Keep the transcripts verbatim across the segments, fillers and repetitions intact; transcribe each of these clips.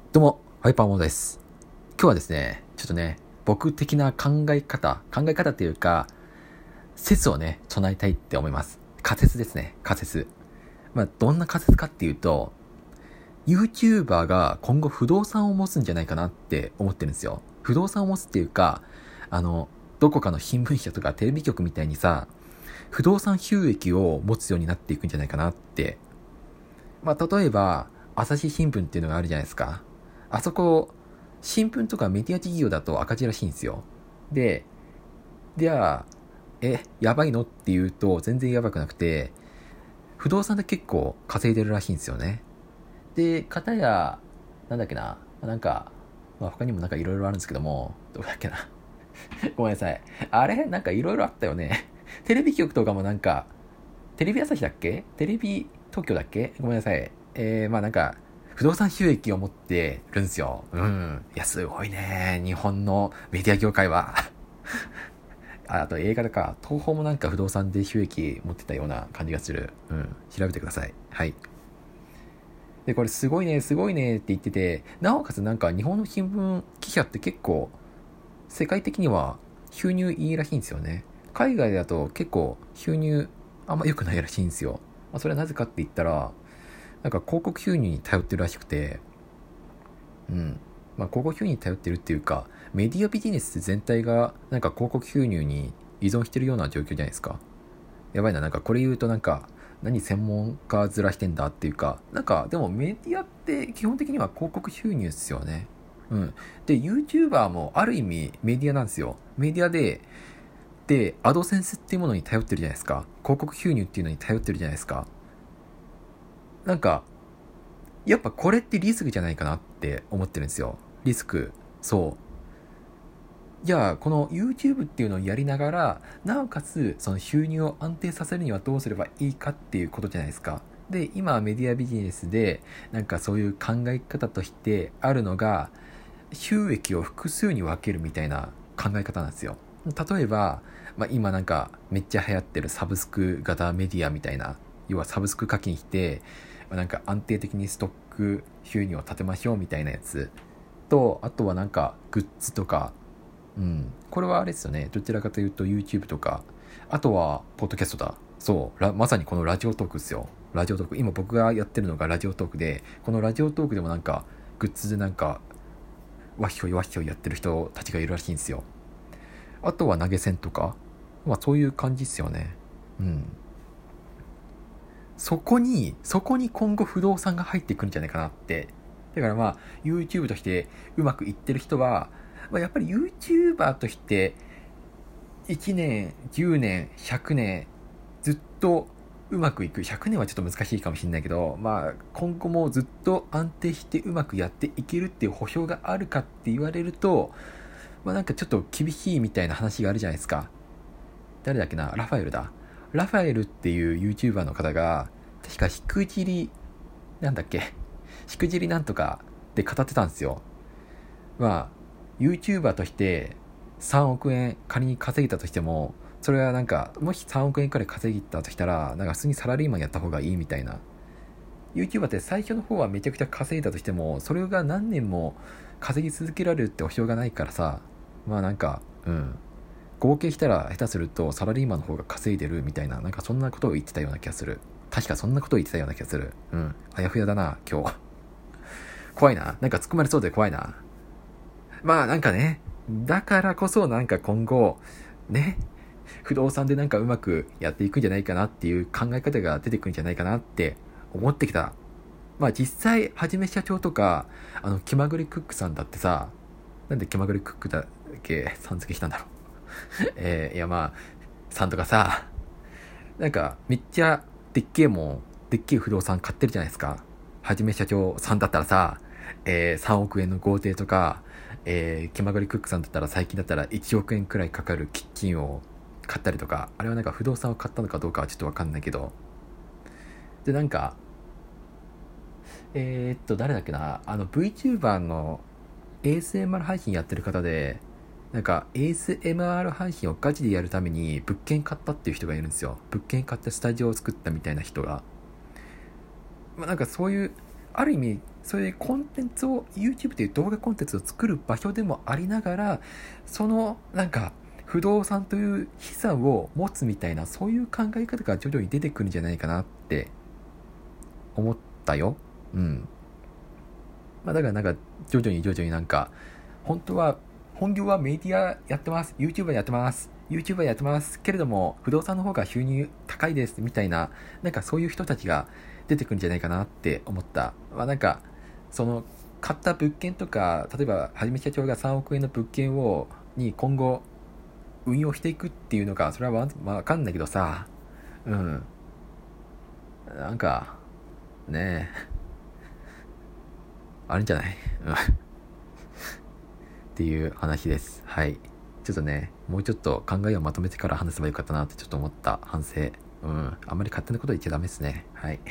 どうも、ハイパーモードです。今日はですね、ちょっとね、僕的な考え方、考え方っていうか、説をね、唱えたいって思います。仮説ですね、仮説。まあ、どんな仮説かっていうと、YouTuber が今後不動産を持つんじゃないかなって思ってるんですよ。不動産を持つっていうか、あの、どこかの新聞社とかテレビ局みたいにさ、不動産収益を持つようになっていくんじゃないかなって。まあ、例えば、朝日新聞っていうのがあるじゃないですか。あそこ、新聞とかメディア事業だと赤字らしいんですよ。で、では、え、やばいのって言うと全然やばくなくて、不動産で結構稼いでるらしいんですよね。で、片や、なんだっけな、なんか、まあ、他にもなんかいろいろあるんですけども、どうだっけな。ごめんなさい。あれなんかいろいろあったよね。テレビ局とかもなんか、テレビ朝日だっけテレビ東京だっけごめんなさい。えー、まあなんか、不動産収益を持ってるんですよ。うん。いや、すごいね。日本のメディア業界は。あ、あと映画だか。東宝もなんか不動産で収益持ってたような感じがする。うん。調べてください。はい。で、これすごいね、すごいねって言ってて、なおかつなんか日本の新聞記者って結構、世界的には収入いいらしいんですよね。海外だと結構収入あんま良くないらしいんですよ。まあ、それはなぜかって言ったら、なんか広告収入に頼ってるらしくて、うん。まあ広告収入に頼ってるっていうか、メディアビジネス全体がなんか広告収入に依存してるような状況じゃないですか。やばいな、なんかこれ言うとなんか、何専門家ずらしてんだっていうか、なんかでもメディアって基本的には広告収入ですよね。うん。で、YouTuber もある意味メディアなんですよ。メディアで、で、アドセンスっていうものに頼ってるじゃないですか。広告収入っていうのに頼ってるじゃないですか。なんか、やっぱこれってリスクじゃないかなって思ってるんですよ。リスク。そう。じゃあ、この YouTube っていうのをやりながら、なおかつ、その収入を安定させるにはどうすればいいかっていうことじゃないですか。で、今メディアビジネスで、なんかそういう考え方としてあるのが、収益を複数に分けるみたいな考え方なんですよ。例えば、まあ、今なんかめっちゃ流行ってるサブスク型メディアみたいな、要はサブスク課金して、まあ、なんか安定的にストック収入を立てましょうみたいなやつと、あとはなんかグッズとか、うん、これはあれですよね。どちらかというと YouTube とか、あとはポッドキャストだ。そうまさにこのラジオトークですよ。ラジオトーク、今僕がやってるのがラジオトークで、このラジオトークでもなんかグッズでなんかわっひょいわっひょいやってる人たちがいるらしいんですよ。あとは投げ銭とか、まあそういう感じですよね。うん。そこに、そこに今後不動産が入ってくるんじゃないかなって。だからまあ、YouTube としてうまくいってる人は、まあ、やっぱり YouTuber としていちねん、じゅうねん、ひゃくねん、ずっとうまくいく。ひゃくねんはちょっと難しいかもしれないけど、まあ、今後もずっと安定してうまくやっていけるっていう保証があるかって言われると、まあなんかちょっと厳しいみたいな話があるじゃないですか。誰だっけな、ラファエルだ。ラファエルっていう YouTuber の方が、確かしくじり、なんだっけ、しくじりなんとかで語ってたんですよ。まあ、YouTuber としてさんおくえん仮に稼げたとしても、それはなんか、もしさんおくえんくらい稼げたとしたら、なんか普通にサラリーマンやった方がいいみたいな。YouTuber って最初の方はめちゃくちゃ稼いだとしても、それが何年も稼ぎ続けられるって保証がないからさ、まあなんか、うん。合計したら下手するとサラリーマンの方が稼いでるみたいな、なんかそんなことを言ってたような気がする。確かそんなことを言ってたような気がする。うん。あやふやだな、今日。怖いな。なんか突っ込まれそうで怖いな。まあなんかね、だからこそなんか今後、ね、不動産でなんかうまくやっていくんじゃないかなっていう考え方が出てくるんじゃないかなって思ってきた。まあ実際、はじめ社長とか、あの、気まぐれクックさんだってさ、なんで気まぐれクックだっけ、さん付けしたんだろう。えー、いやまあ、さんとかさ、なんか、めっちゃ、でっけえもん、でっけえ不動産買ってるじゃないですか。はじめ社長さんだったらさ、えー、さんおくえんの豪邸とか、えー、気まぐれクックさんだったら最近だったらいちおくえんくらいかかるキッチンを買ったりとか、あれはなんか不動産を買ったのかどうかはちょっとわかんないけど、で、なんか、えー、っと、誰だっけな、あの VTuber の エーエスエムアール 配信やってる方で、なんか エーエスエムアール 配信をガチでやるために物件買ったっていう人がいるんですよ。物件買ってスタジオを作ったみたいな人が。まあ、なんかそういう、ある意味そういうコンテンツを YouTube という動画コンテンツを作る場所でもありながら、そのなんか不動産という資産を持つみたいな、そういう考え方が徐々に出てくるんじゃないかなって思ったよ。うん。まあだからなんか徐々に徐々になんか本当は本業はメディアやってます、 YouTuber やってます YouTuber やってますけれども不動産の方が収入高いですみたいな、なんかそういう人たちが出てくるんじゃないかなって思った。まあなんかその買った物件とか、例えばはじめ社長がさんおくえんの物件をに今後運用していくっていうのか、それはわ、わかんないけどさ、うんなんかねえあるんじゃないっていう話です。はい。ちょっとね、もうちょっと考えをまとめてから話せばよかったなってちょっと思った反省。うん。あんまり勝手なこと言っちゃダメですね。はい。い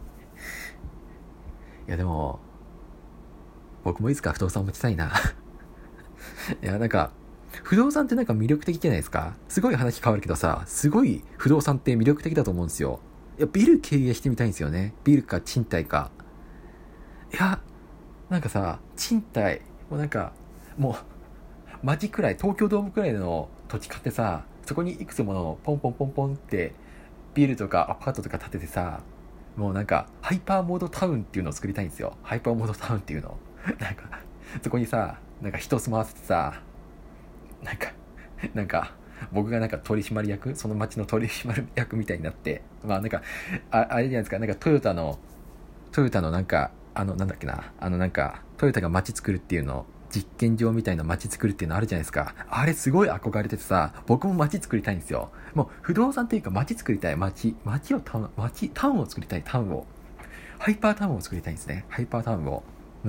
やでも、僕もいつか不動産持ちたいな。いやなんか、不動産ってなんか魅力的じゃないですか。すごい話変わるけどさ、すごい不動産って魅力的だと思うんですよ。いや、ビル経営してみたいんですよね。ビルか賃貸か。いや、なんかさ、賃貸、もうなんか、もう、街くらい、東京ドームくらいの土地買ってさ、そこにいくつものポンポンポンポンって、ビルとかアパートとか建ててさ、もうなんか、ハイパーモードタウンっていうのを作りたいんですよ。ハイパーモードタウンっていうの。なんか、そこにさ、なんか人住まわせてさ、なんか、なんか、僕がなんか取締役、その街の取締役みたいになって、まあなんか、ああれじゃないですか、なんかトヨタの、トヨタのなんか、あの、なんだっけな、あのなんか、トヨタが街作るっていうの、実験場みたいな街作るっていうのあるじゃないですか。あれすごい憧れててさ、僕も街作りたいんですよ。もう不動産っていうか街作りたい。街、街をタウン、街、タウンを作りたい、タウンを。ハイパータウンを作りたいんですね。ハイパータウンを。うん。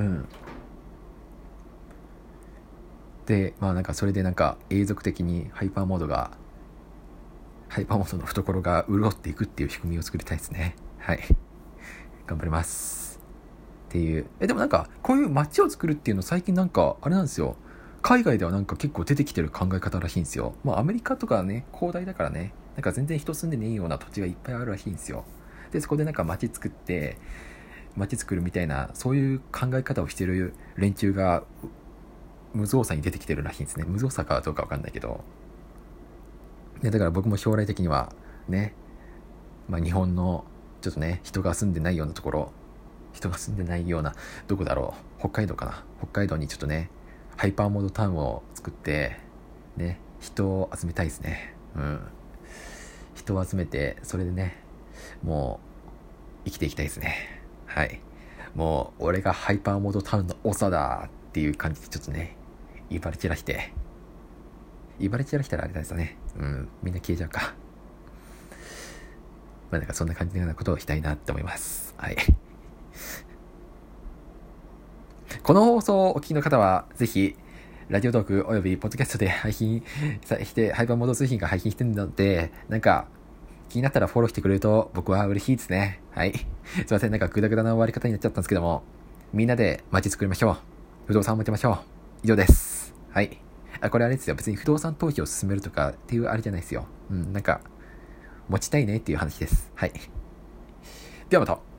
で、まあなんかそれでなんか永続的にハイパーモードが、ハイパーモードの懐が潤っていくっていう仕組みを作りたいですね。はい。頑張ります。っていう。え、でもなんか、こういう街を作るっていうの最近なんか、あれなんですよ。海外ではなんか結構出てきてる考え方らしいんですよ。まあアメリカとかね、広大だからね、なんか全然人住んでねえような土地がいっぱいあるらしいんですよ。で、そこでなんか街作って、街作るみたいな、そういう考え方をしてる連中が、無造作に出てきてるらしいんですね。無造作かどうかわかんないけど。で、だから僕も将来的には、ね、まあ日本の、ちょっとね、人が住んでないようなところ、人が住んでないような、どこだろう、北海道かな、北海道にちょっとねハイパーモードタウンを作ってね、人を集めたいですね。うん、人を集めて、それでね、もう生きていきたいですね。はい。もう俺がハイパーモードタウンの長だっていう感じでちょっとね、威張り散らして威張り散らしたらあれですね、うん、みんな消えちゃうか。まあなんかそんな感じのようなことをしたいなって思います。はい。この放送をお聞きの方は、ぜひ、ラジオトークおよびポッドキャストで配信して、ハイパーモード通信が配信してるので、なんか、気になったらフォローしてくれると僕は嬉しいですね。はい。すいません、なんかグダグダな終わり方になっちゃったんですけども、みんなで街作りましょう。不動産を持ちましょう。以上です。はい。あ、これあれですよ。別に不動産投資を進めるとかっていうあれじゃないですよ。うん、なんか、持ちたいねっていう話です。はい。ではまた。